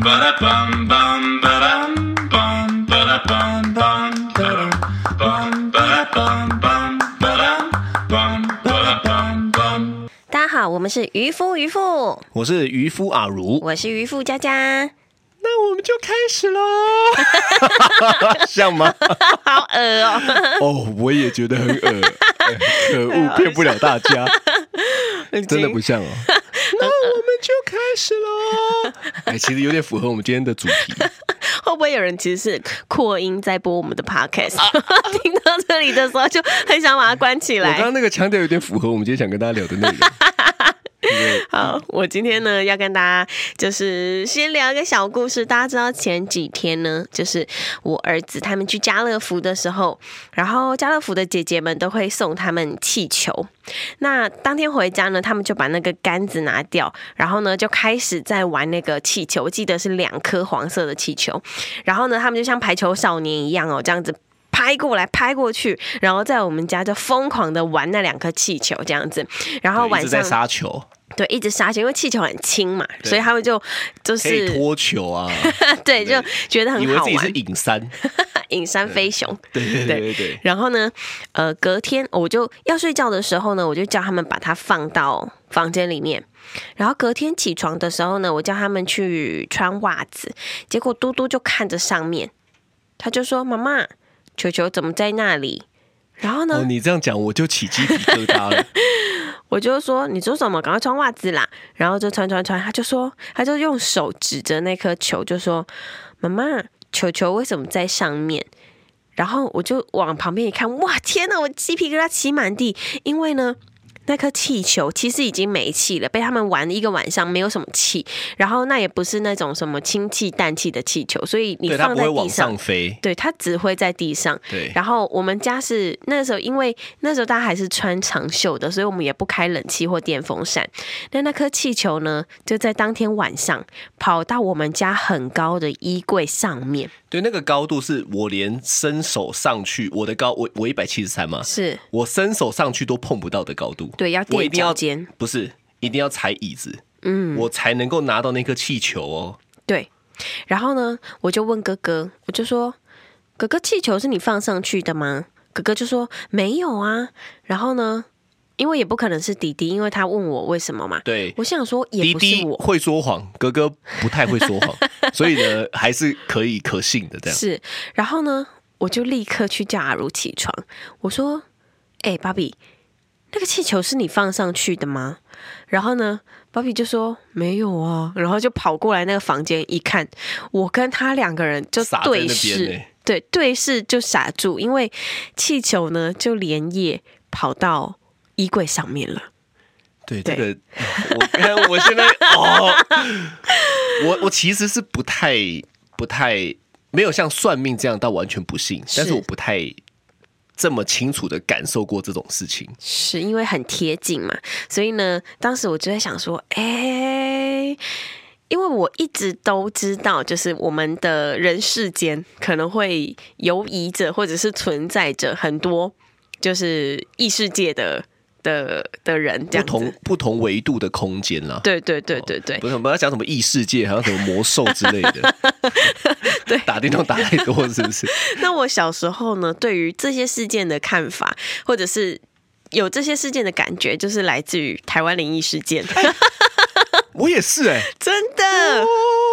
ba da bum bum ba dum bum ba da bum bum ba dum bum ba da bum bum ba da bum bum。 大家好，我们是渔夫渔妇， 我是渔夫阿如， 我是渔夫佳佳。 那我们就开始喽，像吗？ 好恶哦！ 哦，我也觉得很恶，可恶，骗不了大家，真的不像哦。那我们就开始喽。哎，其实有点符合我们今天的主题。 会不会有人其实是扩音在播我们的 podcast，听到这里的时候就很想把它关起来？ 我刚刚那个腔调有点符合我们今天想跟大家聊的内容。 好，我今天呢要跟大家就是先聊一个小故事。大家知道前几天呢，就是我儿子他们去家乐福的时候，然后家乐福的姐姐们都会送他们气球。那当天回家呢，他们就把那个杆子拿掉，然后呢就开始在玩那个气球。我记得是2颗黄色的气球，然后呢他们就像排球少年一样哦，这样子拍过来拍过去，然后在我们家就疯狂的玩那2颗气球这样子，然后晚上一直在杀球。 对，一直杀球，因为气球很轻嘛，所以他们就是可以拖球啊， 对，就觉得很好玩， 以为自己是影山， 影山飞熊， 对。 然后呢，隔天我就要睡觉的时候呢，我就叫他们把它放到房间里面。然后隔天起床的时候呢，我叫他们去穿袜子，结果嘟嘟就看着上面，他就说：“妈妈，球球怎么在那里？”然后呢， 哦，你这样讲我就起鸡皮疙瘩了。 我就说你做什么？赶快穿袜子啦！然后就穿，他就用手指着那颗球，就说：“妈妈，球球为什么在上面？”然后我就往旁边一看，哇，天哪！我鸡皮疙瘩起满地，因为呢，那颗气球其实已经没气了，被他们玩一个晚上，没有什么气。然后那也不是那种什么氢气、氮气的气球，所以你放在地上， 对，它不会往上飞， 对，它只会在地上。 对。 然后我们家是那时候，因为那时候大家还是穿长袖的，所以我们也不开冷气或电风扇。那颗气球呢，就在当天晚上跑到我们家很高的衣柜上面。 对，那个高度是我连伸手上去，我173嘛， 是我伸手上去都碰不到的高度。 对，要垫脚尖， 不是一定要踩椅子，我才能够拿到那颗气球哦。 对，然后呢，我就问哥哥，我就说：“哥哥，气球是你放上去的吗？”哥哥就说：“没有啊。”然后呢，因为也不可能是弟弟，因为他问我为什么嘛。 对， 我想说也不是我， 弟弟会说谎，哥哥不太会说谎，所以呢，还是可信的这样。 是，然后呢，我就立刻去叫阿如起床，我说：“哎，芭比，那个气球是你放上去的吗？”然后呢，芭比就说：“没有啊。”然后就跑过来那个房间一看，我跟他2个人就对视。对，对视就傻住，因为气球呢就连夜跑到衣柜上面了。 对，这个我现在我其实是不太没有像算命这样到完全不信，但是我不太这么清楚的感受过这种事情， 是因为很贴近嘛，所以呢，当时我就在想说，因为我一直都知道，就是我们的人世间可能会游移着，或者是存在着很多就是异世界的人，这样子不同维度的空间啦。 对， 不是我们要讲什么异世界，好像什么魔兽之类的。 对， 打电动打太多是不是？ 那我小时候呢，对于这些事件的看法，或者是有这些事件的感觉，就是来自于台湾灵异事件。 我也是真的。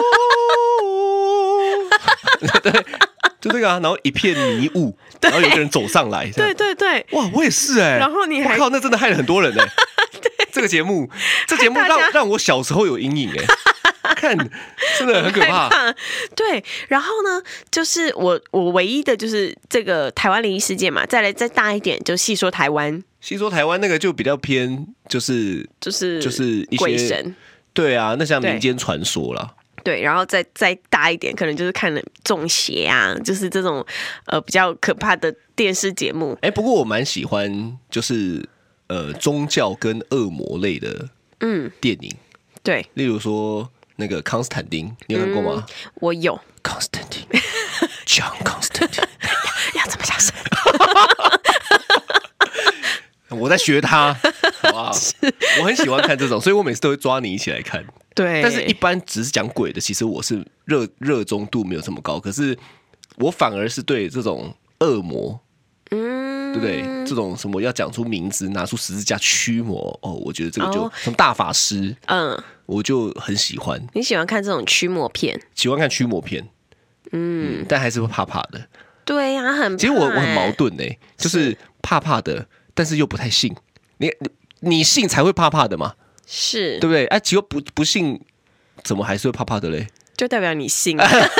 对，就这个啊，然后一片迷雾，然后有一个人走上来， 对， 哇，我也是然后你还我靠，那真的害了很多人这节目让我小时候有阴影看真的很可怕。 对，然后呢，就是我唯一的就是这个台湾灵异事件嘛，再大一点就细说台湾。 细说台湾那个就比较偏，就是一些鬼神。 对啊，那像民间传说啦。 对，然后再大一点，可能就是看了中邪啊，就是这种比较可怕的电视节目。 不过我蛮喜欢就是宗教跟恶魔类的电影。 对， 例如说那个康斯坦丁，你有看过吗？ 我有。 康斯坦丁，John Constantine， 要怎么小声？ 我在学他， 好不好？我很喜欢看这种，所以我每次都会抓你一起来看。 对， 但是一般只是讲鬼的，其实我是热衷度没有这么高，可是我反而是对这种恶魔，对不对？这种什么要讲出名字、拿出十字架驱魔，我觉得这个就什么大法师，我就很喜欢。 你喜欢看这种驱魔片？ 喜欢看驱魔片，但还是会怕怕的。 对呀，很怕。 其实我很矛盾就是怕怕的，但是又不太信。你信才会怕怕的嘛，是对不对？结果不信，怎么还是会怕怕的嘞？ 就代表你信。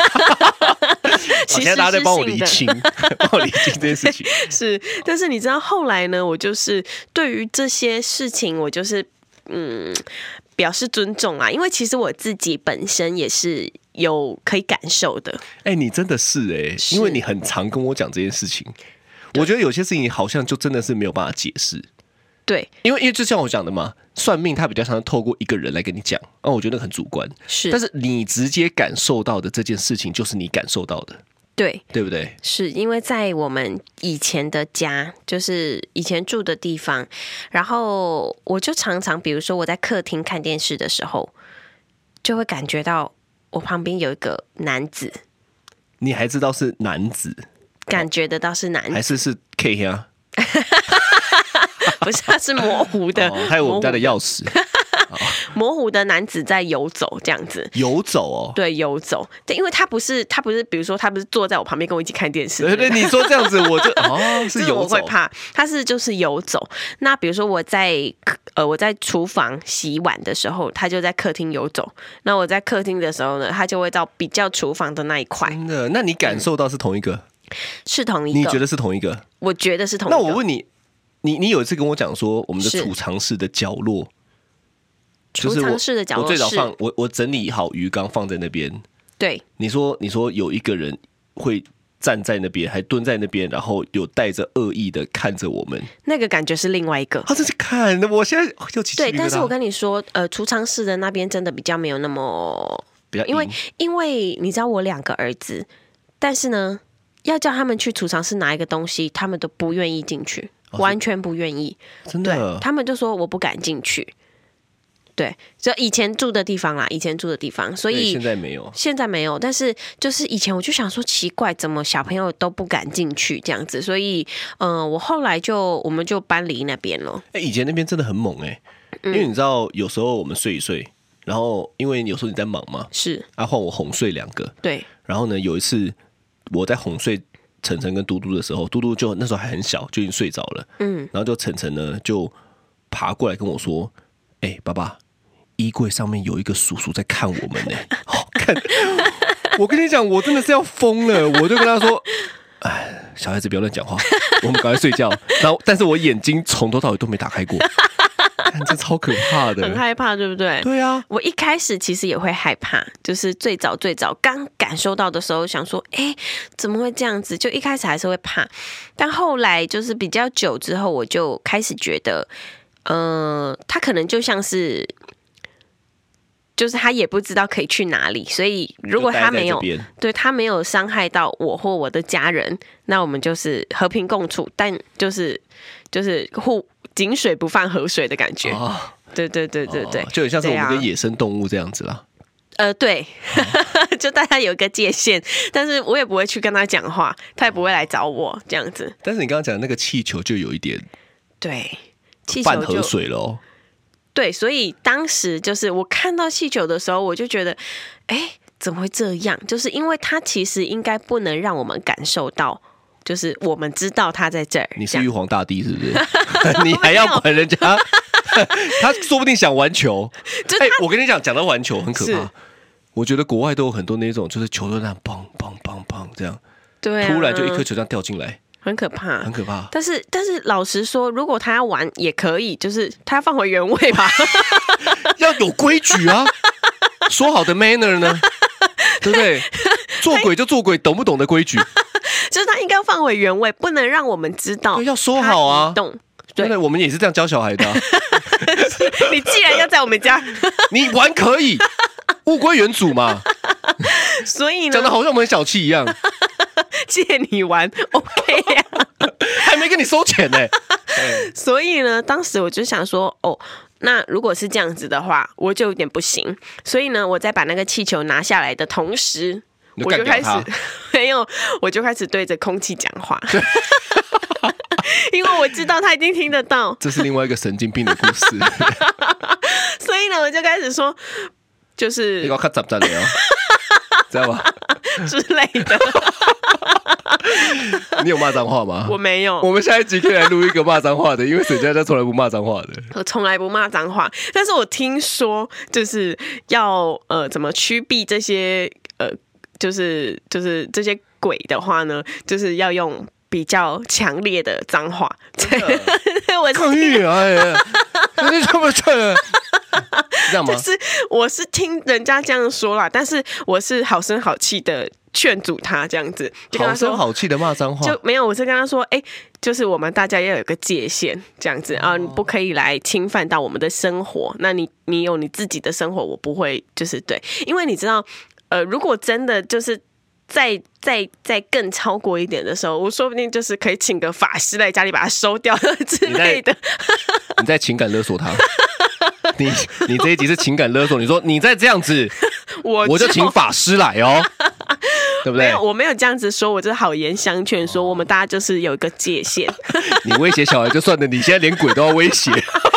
现在大家在帮我厘清，帮我厘清这件事情。 是，但是你知道后来呢？我就是对于这些事情，我就是表示尊重啊，因为其实我自己本身也是有可以感受的。 你真的是因为你很常跟我讲这件事情。我觉得有些事情好像就真的是没有办法解释。 对， 因为就像我讲的嘛，算命它比较像是透过一个人来跟你讲，我觉得很主观。是，但是你直接感受到的这件事情，就是你感受到的。对不对？ 是因为在我们以前的家，就是以前住的地方，然后我就常常，比如说我在客厅看电视的时候，就会感觉到我旁边有一个男子。 你还知道是男子？ 感觉得到是男子， 还是 K 啊？ 不是，他是模糊的。 还有我们家的钥匙。 模糊的男子在游走，这样子游走对，游走。对，因为他不是，比如说他不是坐在我旁边跟我一起看电视。 对，你说这样子，我就是游走。 我会怕，他就是游走。那比如说我在厨房洗碗的时候，他就在客厅游走。那我在客厅的时候呢，他就会到比较厨房的那一块。 真的？那你感受到是同一个？ 是同一个？ 你觉得是同一个？ 我觉得是同一个。 那我问你，你有一次跟我讲说，我们的储藏室的角落。 储藏室的角落， 我最早放我整理好鱼缸放在那边。对，你说有一个人会站在那边，还蹲在那边，然后有带着恶意的看着我们，那个感觉是另外一个。 他这是看，我现在就起鸡皮疙瘩。 对，但是我跟你说，储藏室的那边真的比较没有那么比较， 因为你知道我2个儿子，但是呢，要叫他们去储藏室拿一个东西，他们都不愿意进去，完全不愿意。真的，他们就说我不敢进去。对，就以前住的地方啦，所以现在没有，但是就是以前我就想说奇怪，怎么小朋友都不敢进去这样子，所以我后来我们就搬离那边了。 以前那边真的很猛因为你知道有时候我们睡一睡，然后因为有时候你在忙嘛， 是换我哄睡2个， 对， 然后呢有一次我在哄睡晨晨跟嘟嘟的时候，嘟嘟就那时候还很小，就已经睡着了，然后就晨晨呢就爬过来跟我说，爸爸。衣柜上面有一个叔叔在看我们看，我跟你讲，我真的是要疯了。我就跟他说：“小孩子不要乱讲话，我们赶快睡觉。”然后，但是我眼睛从头到尾都没打开过，这超可怕的， 很害怕，对不对？ 对啊， 我一开始其实也会害怕，就是最早刚感受到的时候，想说：“怎么会这样子？”就一开始还是会怕，但后来就是比较久之后，我就开始觉得，他可能就像是。就是他也不知道可以去哪里，所以如果他没有对他没有伤害到我或我的家人，那我们就是和平共处，但就是井水不犯河水的感觉。对， 就很像是我们跟野生动物这样子啦。 对，就大家有一个界限，但是我也不会去跟他讲话，他也不会来找我这样子。 但是你刚刚讲的那个气球就有一点， 对，气球半河水了对，所以当时就是我看到气球的时候，我就觉得，怎么会这样？就是因为它其实应该不能让我们感受到，就是我们知道它在这儿。 你是玉皇大帝是不是？你还要管人家？他说不定想玩球。我跟你讲到玩球很可怕。我觉得国外都有很多那种，就是球都那样砰砰砰砰这样，对，突然就一颗球这样掉进来。 很可怕， 很可怕。 但是老实说，如果他要玩也可以，就是他要放回原位吧， 要有规矩啊。说好的 manner 呢？对不对？做鬼就做鬼，懂不懂的规矩？ 就是他应该要放回原位，不能让我们知道。 要说好啊， 对， 我们也是这样教小孩的。 你既然要在我们家， 你玩可以，物归原主嘛。 所以呢， 讲的好像我们很小气一样。 借你玩 OK 呀， 还没跟你收钱呢。 所以呢，当时我就想说，哦，那如果是这样子的话，我就有点不行。所以呢，我在把那个气球拿下来的同时，我就开始没有，我就开始对着空气讲话。因为我知道他一定听得到， 这是另外一个神经病的故事。 所以呢，我就开始说，就是你给我看怎么样，知道吗？ 之类的。 你有骂脏话吗？ 我没有。 我们下一集可以来录一个骂脏话的，因为沈佳佳从来不骂脏话的。 我从来不骂脏话，但是我听说就是要怎么驱避这些就是这些鬼的话呢，就是要用比较强烈的脏话。我抗议啊！你这么蠢，这样吗？ 就是我是听人家这样说啦，但是我是好声好气的劝阻他这样子，就跟他说好声好气的骂脏话， 就没有。我是跟他说，就是我们大家要有个界限，这样子啊，你不可以来侵犯到我们的生活。那你有你自己的生活，我不会就是对，因为你知道，如果真的就是再更超过一点的时候，我说不定就是可以请个法师来家里把它收掉之类的。 你在情感勒索他。你这一集是情感勒索，你说你再这样子，我就请法师来哦，对不对？ 没有，我没有这样子说，我就是好言相劝，说我们大家就是有一个界限。 你威胁小孩就算了，你现在连鬼都要威胁。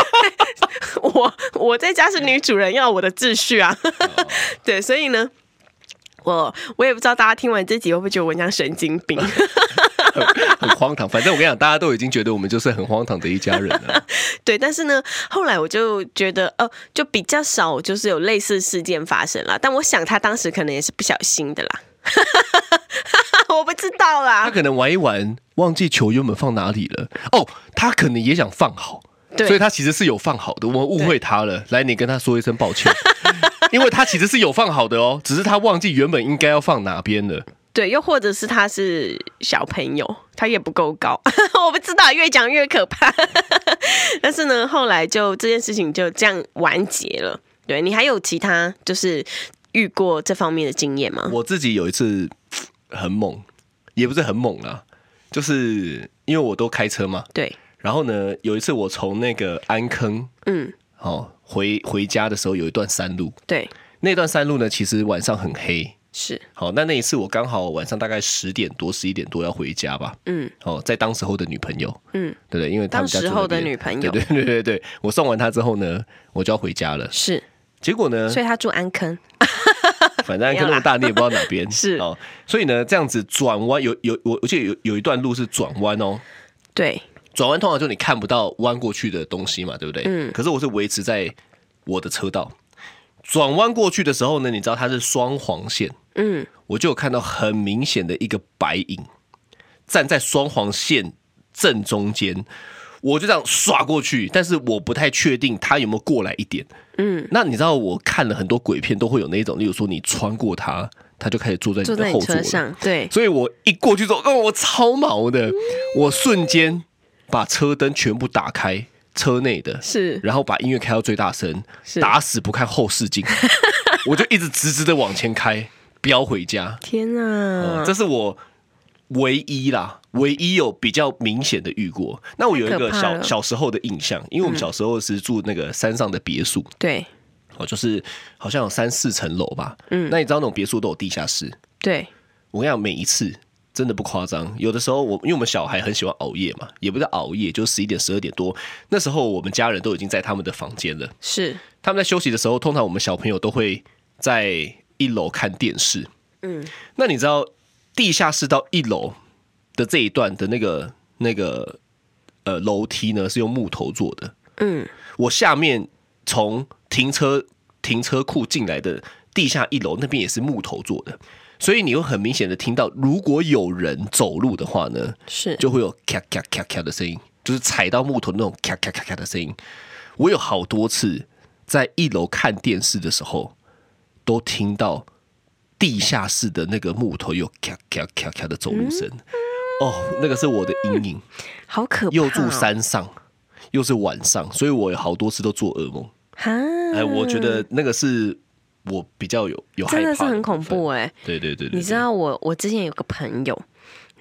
我在家是女主人，要有我的秩序啊。对，所以呢，我也不知道大家听完这集会不会觉得我像神经病。 很荒唐，反正我跟你讲，大家都已经觉得我们就是很荒唐的一家人了。 对，但是呢，后来我就觉得，就比较少，就是有类似事件发生啦。但我想他当时可能也是不小心的啦，我不知道啦。 他可能玩一玩，忘记球原本放哪里了。哦，他可能也想放好，所以他其实是有放好的，我们误会他了。来，你跟他说一声抱歉，因为他其实是有放好的哦，只是他忘记原本应该要放哪边了。 对，又或者是他是小朋友，他也不够高，我不知道，越讲越可怕。但是呢，后来就这件事情就这样完结了。对，你还有其他就是遇过这方面的经验吗？ 我自己有一次很猛，也不是很猛啦，就是因为我都开车嘛。 对。然后呢，有一次我从那个安坑，回家的时候有一段山路。对。那段山路呢，其实晚上很黑。是，好，那一次我刚好晚上大概10点多、11点多要回家吧。在当时候的女朋友，对不对？因为他们家住那边，当时候的女朋友，对，我送完她之后呢，我就要回家了。是，结果呢， 所以她住安坑， 反正安坑那么大，你也不知道哪边。是，所以呢，这样子转弯我记得有一段路是转弯哦。对，转弯通常就你看不到弯过去的东西嘛，对不对？可是我是维持在我的车道。转弯过去的时候呢，你知道它是双黄线，我就有看到很明显的一个白影站在双黄线正中间，我就这样刷过去，但是我不太确定他有没有过来一点。那你知道我看了很多鬼片都会有那种，例如说你穿过他，他就开始坐在你的后座了。对，所以我一过去之后，我超毛的，我瞬间把车灯全部打开。车内的是，然后把音乐开到最大声，打死不看后视镜，我就一直直直的往前开，飙回家。天啊，这是我唯一有比较明显的遇过。那我有一个小时候的印象，因为我们小时候是住那个山上的别墅，对，就是好像有3、4层楼吧。那你知道那种别墅都有地下室？对，我跟你讲，每一次。真的不夸张，有的时候因为我们小孩很喜欢熬夜嘛，也不是熬夜，就11点、12点多，那时候我们家人都已经在他们的房间了。是，他们在休息的时候，通常我们小朋友都会在1楼看电视。那你知道地下室到1楼的这一段的那个楼梯呢，是用木头做的。我下面从停车库进来的地下1楼那边也是木头做的。所以你会很明显的听到，如果有人走路的话呢，就会有咔咔咔咔的声音，就是踩到木头那种咔咔咔咔的声音。我有好多次在1楼看电视的时候，都听到地下室的那个木头有咔咔咔咔的走路声。那个是我的阴影，好可怕。又住山上，又是晚上，所以我有好多次都做噩梦。我觉得那个是。我比较有害怕的，真的是很恐怖哎！对，你知道我之前有个朋友，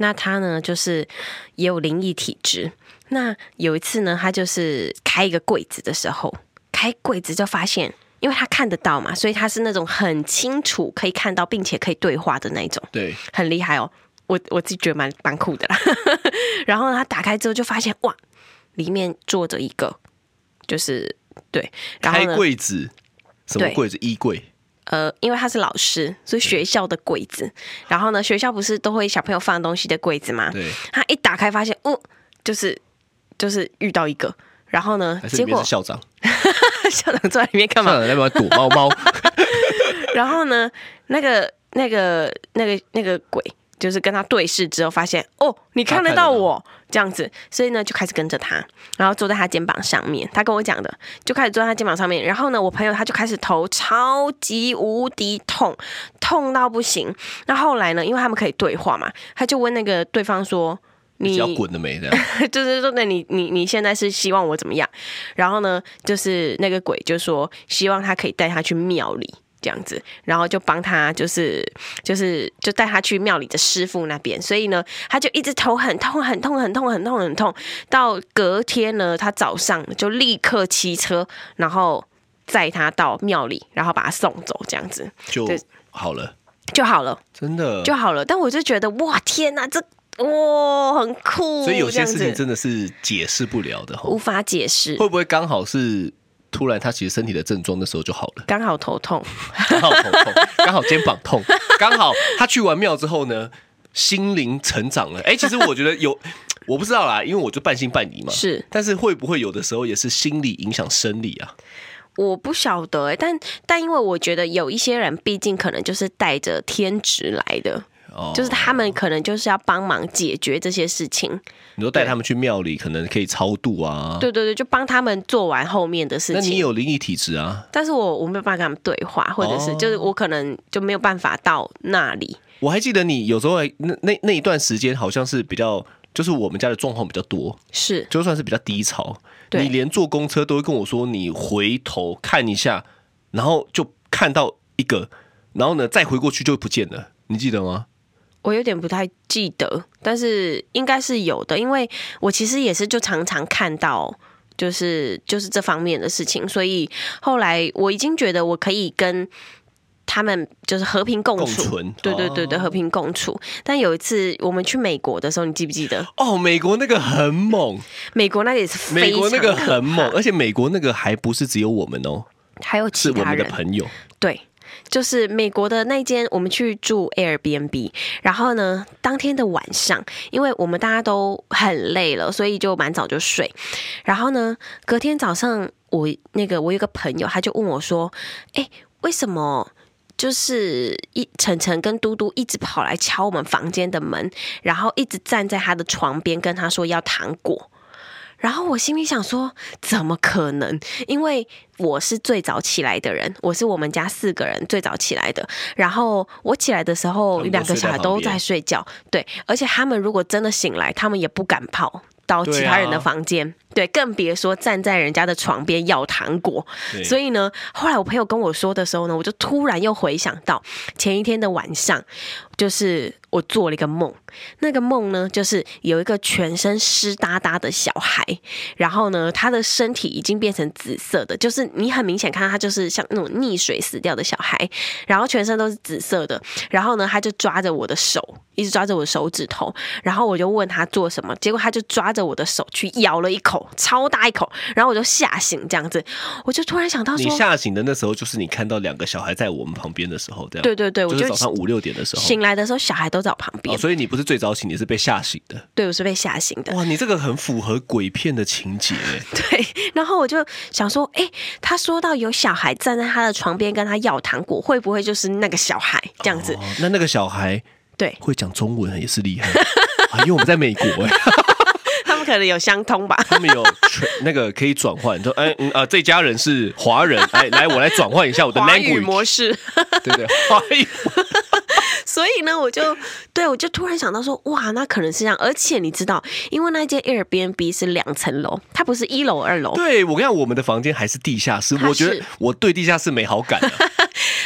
那他呢就是也有灵异体质。那有一次呢，他就是开一个柜子的时候，开柜子就发现，因为他看得到嘛，所以他是那种很清楚可以看到并且可以对话的那种， 对， 很厉害哦。我自己觉得蛮酷的啦。然后呢，他打开之后就发现，哇，里面坐着一个，就是对，然后呢， 开柜子，什么柜子？衣柜。 因为他是老师，所以学校的柜子。然后呢，学校不是都会小朋友放东西的柜子吗？ 对。 他一打开发现，就是遇到一个。然后呢，结果是校长， 校长坐在里面干嘛？ 校长在那边躲猫猫。 然后呢，那个鬼就是跟他对视之后，发现你看得到我这样子，所以呢就开始跟着他，然后坐在他肩膀上面。他跟我讲的，就开始坐在他肩膀上面。然后呢，我朋友他就开始头超级无敌痛到不行。那后来呢，因为他们可以对话嘛，他就问那个对方说：“你要滚了没？”这样就是说，那你现在是希望我怎么样？然后呢，就是那个鬼就说希望他可以带他去庙里。这样子，然后就帮他，就带他去庙里的师傅那边，所以呢，他就一直头很痛，到隔天呢，他早上就立刻骑车，然后载他到庙里，然后把他送走，这样子就好了， 真的就好了。但我就觉得，哇，天哪，这很酷， 所以有些事情真的是解释不了的， 无法解释， 会不会刚好是？突然，他其实身体的症状那时候就好了， 刚好头痛， 刚好肩膀痛，刚好他去完庙之后呢，心灵成长了。其实我觉得我不知道啦，因为我就半信半疑嘛。 是， 但是会不会有的时候也是心理影响生理啊？ 我不晓得但因为我觉得有一些人，毕竟可能就是带着天职来的。就是他们可能就是要帮忙解决这些事情。 你说带他们去庙里，可能可以超度啊。 对，就帮他们做完后面的事情。 那你有灵异体质啊？ 但是我没有办法跟他们对话，或者是就是我可能就没有办法到那里。 我还记得你有时候那一段时间好像是比较，就是我们家的状况比较多， 是就算是比较低潮，你连坐公车都会跟我说，你回头看一下，然后就看到一个，然后呢再回过去就不见了，你记得吗？ 我有点不太记得，但是应该是有的，因为我其实也是就常常看到，就是这方面的事情，所以后来我已经觉得我可以跟他们就是和平共处，对，和平共处。但有一次我们去美国的时候，你记不记得？ 美国那个很猛， 美国那个也是非常可怕， 美国那个很猛，而且美国那个还不是只有我们哦， 还有其他人， 是我们的朋友， 对。就是美国的那间，我们去住 Airbnb， 然后呢，当天的晚上，因为我们大家都很累了，所以就蛮早就睡。然后呢，隔天早上，我有个朋友，他就问我说：“为什么就是晨晨跟嘟嘟一直跑来敲我们房间的门，然后一直站在他的床边跟他说要糖果？”然后我心里想说，怎么可能？因为我是最早起来的人，我是我们家4个人最早起来的。然后我起来的时候，2个小孩都在睡觉，对，而且他们如果真的醒来，他们也不敢跑到其他人的房间，对，更别说站在人家的床边要糖果。所以呢，后来我朋友跟我说的时候呢，我就突然又回想到前一天的晚上，就是我做了一个梦。那个梦呢，就是有一个全身湿哒哒的小孩，然后呢，他的身体已经变成紫色的，就是你很明显看到他就是像那种溺水死掉的小孩，然后全身都是紫色的。然后呢，他就抓着我的手，一直抓着我的手指头，然后我就问他做什么，结果他就抓着我的手去咬了一口，超大一口，然后我就吓醒，这样子，我就突然想到说， 你吓醒的那时候就是你看到2个小孩在我们旁边的时候，这样。 对， 就是早上5、6点的时候醒来的时候，小孩都在我旁边， 所以你不是最早醒，你是被吓醒的。 对，我是被吓醒的。 哇，你这个很符合鬼片的情节。 对，然后我就想说，他说到有小孩站在他的床边跟他要糖果，会不会就是那个小孩这样子？ 那个小孩对会讲中文也是厉害因为我们在美国他们可能有相通吧， 他们有那个可以转换，说这家人是华人，来我来转换一下我的 language 华语模式， 对，华语。 所以呢，我就突然想到说，哇，那可能是这样。而且你知道，因为那间 Airbnb 是2层楼，它不是1楼2楼。 对，我跟你讲，我们的房间还是地下室，我觉得我对地下室没好感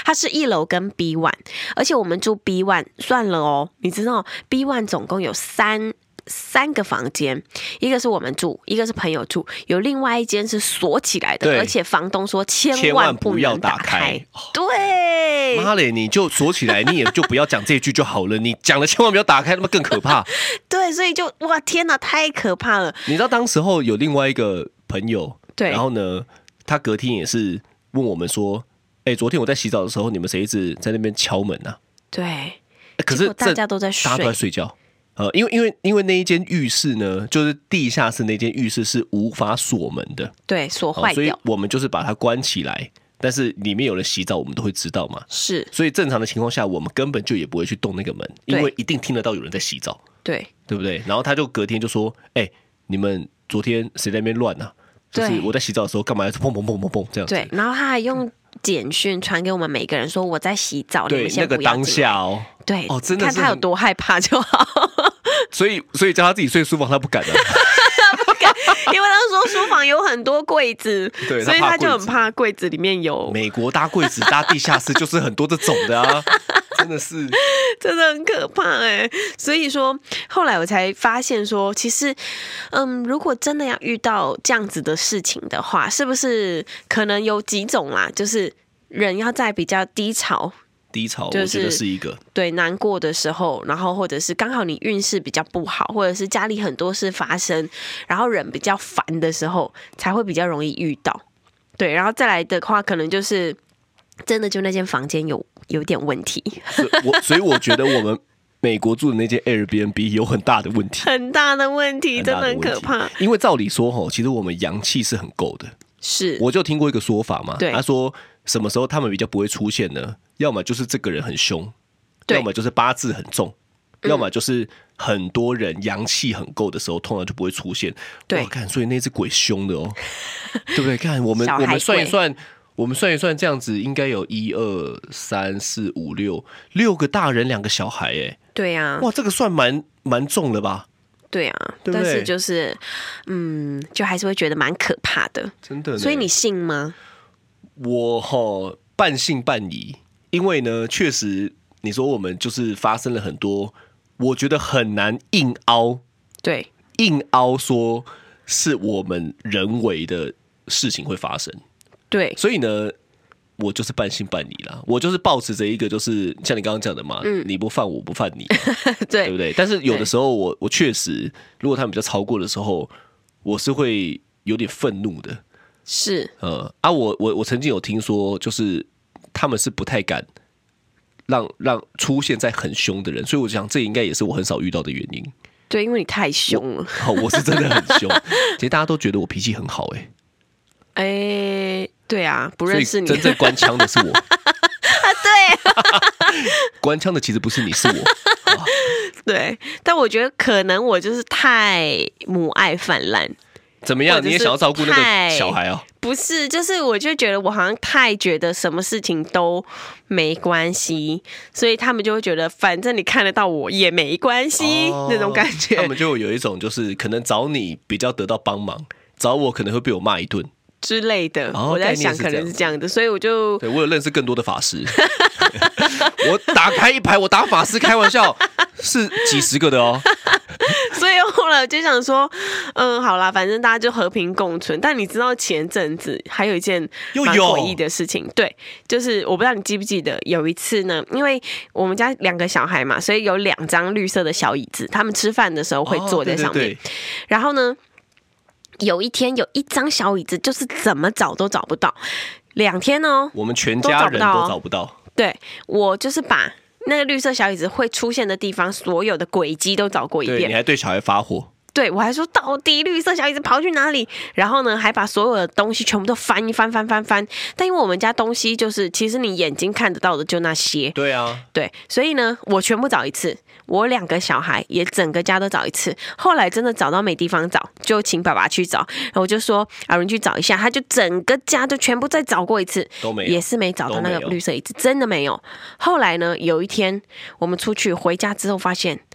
它是1楼跟 B1， 而且我们住 B1 算了哦，你知道 B1 总共有三个房间，一个是我们住，一个是朋友住，有另外一间是锁起来的，而且房东说千万不要打开。对， 妈嘞，你就锁起来，你也就不要讲这句就好了。你讲了千万不要打开，那么更可怕。 对，所以就哇天哪，太可怕了。 你知道当时候有另外一个朋友， 对， 然后呢，他隔天也是问我们说，昨天我在洗澡的时候，你们谁一直在那边敲门啊？ 对， 可是大家都在睡， 大家都在睡觉。因为那一间浴室呢，就是地下室那间浴室是无法锁门的， 对，锁坏掉， 所以我们就是把它关起来。但是里面有人洗澡，我们都会知道嘛。 是， 所以正常的情况下，我们根本就也不会去动那个门，因为一定听得到有人在洗澡， 对不对？然后他就隔天就说：“你们昨天谁在那边乱啊？就是我在洗澡的时候，干嘛要砰砰砰砰砰这样子？” 对，然后他还用简讯传给我们每个人说：“我在洗澡，你们先不要进来。” 那个当下哦， 对哦，真的是看他有多害怕就好。 所以叫他自己睡书房，他不敢啊。 不敢，因为他说书房有很多柜子， 对， 所以他就很怕柜子里面有。 美国搭柜子搭地下室就是很多这种的啊，真的是， 真的很可怕哎。所以说，后来我才发现说，其实，如果真的要遇到这样子的事情的话，是不是可能有几种啦？就是人要在比较低潮， 我觉得是一个对难过的时候，然后或者是刚好你运势比较不好，或者是家里很多事发生，然后人比较烦的时候，才会比较容易遇到。对，然后再来的话，可能就是真的就那间房间有点问题。 所以我觉得我们美国住的那间 Airbnb 有很大的问题， 很大的问题，真的很可怕。 因为照理说其实我们阳气是很够的。 是， 我就听过一个说法嘛， 对， 他说什么时候他们比较不会出现呢？要么就是这个人很凶，要么就是八字很重，要么就是很多人阳气很够的时候，通常就不会出现。 对， 哇，看，所以那只鬼凶的哦，对不对？看我们算一算，这样子应该有1、2、3、4、5、6个大人2个小孩，哎， 对啊， 哇，这个算蛮重了吧？ 对啊，对不对？但是就是，就还是会觉得蛮可怕的， 真的。 所以你信吗？ 我半信半疑。因为呢，确实你说我们就是发生了很多，我觉得很难硬凹， 对， 硬凹说是我们人为的事情会发生， 对， 所以呢，我就是半信半疑啦，我就是抱持着一个就是像你刚刚讲的嘛，你不犯我不犯你，对不对？但是有的时候我确实，如果他们比较超过的时候，我是会有点愤怒的， 是， 我曾经有听说就是。他们是不太敢让出现在很凶的人，所以我想这应该也是我很少遇到的原因。 对，因为你太凶了。 我是真的很凶，其实大家都觉得我脾气很好， 对啊，不认识你， 真正官腔的是我。 对， 官腔的其实不是你，是我。 对，但我觉得可能我就是太母爱泛滥。 怎么样？你也想要照顾那个小孩哦？ 不是，就是我就觉得我好像太觉得什么事情都没关系，所以他们就会觉得反正你看得到我也没关系，那种感觉。 他们就有一种就是可能找你比较得到帮忙，找我可能会被我骂一顿之类的。我在想可能是这样的，所以我就对我有认识更多的法师。我打开一排，我打法师，开玩笑是几10个的哦。 所以后来我就想说，好啦，反正大家就和平共存。但你知道前阵子还有一件蛮诡异的事情，对，就是我不知道你记不记得，有一次呢，因为我们家2个小孩嘛，所以有2张绿色的小椅子，他们吃饭的时候会坐在上面。对，然后呢，有一天有1张小椅子，就是怎么找都找不到，2天哦， 我们全家人都找不到。 对，我就是把那个绿色小椅子会出现的地方，所有的轨迹都找过一遍。 对，你还对小孩发火。 对，我还说到底绿色小椅子跑去哪里？然后呢，还把所有的东西全部都翻一翻。但因为我们家东西就是其实你眼睛看得到的就那些。 对啊。 对，所以呢，我全部找一次，我2个小孩也整个家都找一次。后来真的找到没地方找，就请爸爸去找。然后我就说阿伦去找一下，他就整个家都全部再找过一次， 都没有， 也是没找到那个绿色椅子，真的没有。后来呢，有一天我们出去回家之后发现。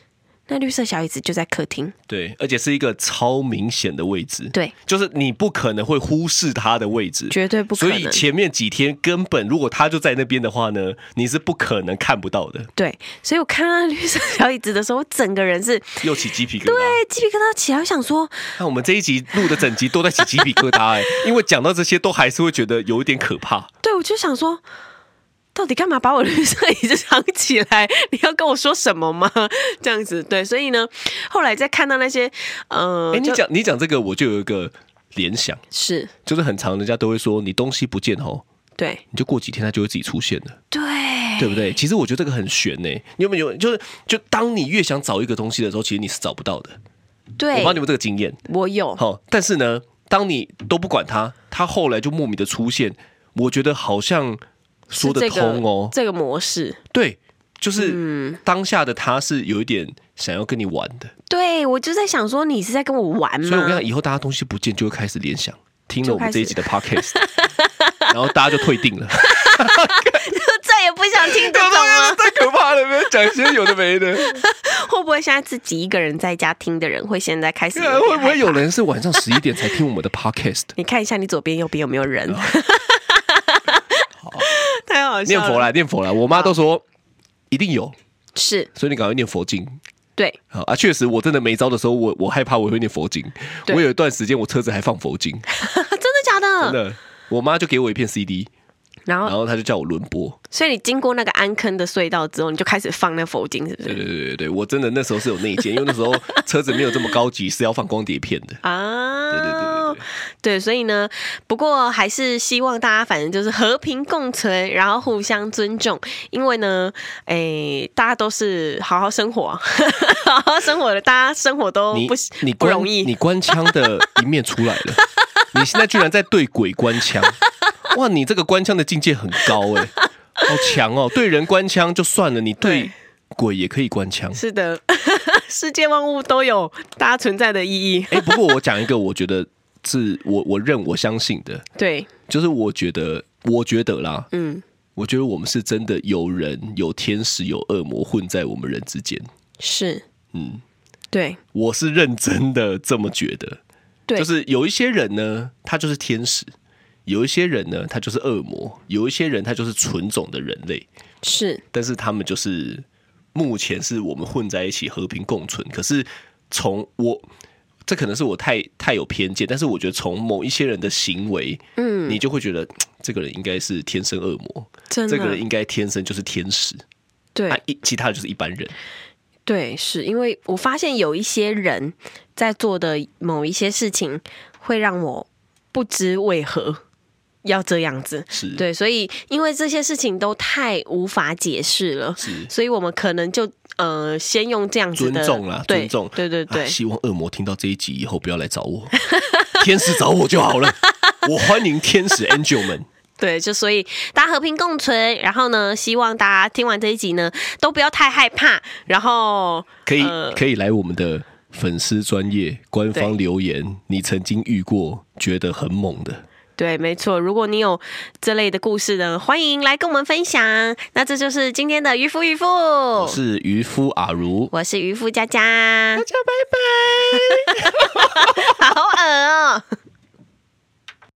那绿色小椅子就在客厅， 对，而且是一个超明显的位置， 对， 就是你不可能会忽视它的位置， 绝对不可能。 所以前面几天根本如果它就在那边的话呢，你是不可能看不到的。 对，所以我看到绿色小椅子的时候，我整个人是又起鸡皮疙瘩， 对，鸡皮疙瘩起来，我想说， 那我们这一集录的整集都在起鸡皮疙瘩因为讲到这些都还是会觉得有一点可怕。 对，我就想说，到底干嘛把我绿色椅子藏起来？你要跟我说什么吗？这样子，对，所以呢，后来再看到那些， 你讲这个，我就有一个联想， 是， 就是很常人家都会说，你东西不见哦， 对， 你就过几天它就会自己出现了， 对， 对不对？其实我觉得这个很悬呢。你有没有就当你越想找一个东西的时候，其实你是找不到的。 对， 我不知道你有没有这个经验， 我有。 好，但是呢，当你都不管它，它后来就莫名的出现，我觉得好像说得通哦。 这个模式， 对，就是当下的他是有一点想要跟你玩的。 对，我就在想说，你是在跟我玩吗？ 所以我跟你讲，以后大家东西不见就会开始联想，听了我们这一集的 podcast， 然后大家就退订了， 再也不想听这种了， 太可怕了！不要讲一些有的没的。 会不会现在自己一个人在家听的人，会现在开始会不会有人是晚上11点才听我们的 podcast？ 你看一下你左边右边有没有人？太好笑了， 念佛啦！我妈都说一定有， 是， 所以你赶快念佛经。 对啊，确实，我真的没招的时候，我害怕我会念佛经。我有一段时间，我车子还放佛经， 真的假的？ 真的，我妈就给我一片 CD， 然后她就叫我轮播。 所以你经过那个安坑的隧道之后，你就开始放那佛经，是不是？ 对，我真的那时候是有内建，因为那时候车子没有这么高级，是要放光碟片的啊。 对， 所以呢，不过还是希望大家反正就是和平共存，然后互相尊重，因为呢，大家都是好好生活，好好生活的，大家生活都不容易。 你官腔的一面出来了，你现在居然在对鬼官腔，哇，你这个官腔的境界很高好强哦！对人官腔就算了，你对鬼也可以官腔。是的，世界万物都有大家存在的意义。 不过我讲一个，我觉得是我相信的， 对， 就是我觉得啦，我觉得我们是真的有人、有天使、有恶魔混在我们人之间。 是，对， 我是认真的这么觉得。对，就是有一些人呢，他就是天使。有一些人呢，他就是恶魔；有一些人，他就是纯种的人类。 是， 但是他们就是目前是我们混在一起和平共存。可是这可能是我太有偏见，但是我觉得从某一些人的行为，你就会觉得这个人应该是天生恶魔，这个人应该天生就是天使，对，其他的就是一般人。 对，是因为我发现有一些人在做的某一些事情，会让我不知为何要这样子，对，所以因为这些事情都太无法解释了，所以我们可能就先用这样子的尊重啦，尊重，对，希望恶魔听到这一集以后不要来找我，天使找我就好了，我欢迎天使 angel 们。 对，就所以大家和平共存，然后呢，希望大家听完这一集呢，都不要太害怕，然后可以来我们的粉丝专页官方留言，你曾经遇过觉得很猛的。 对，没错。如果你有这类的故事呢，欢迎来跟我们分享。那这就是今天的渔夫， 我是渔夫阿如， 我是渔夫佳佳， 大家拜拜。 好恶哦。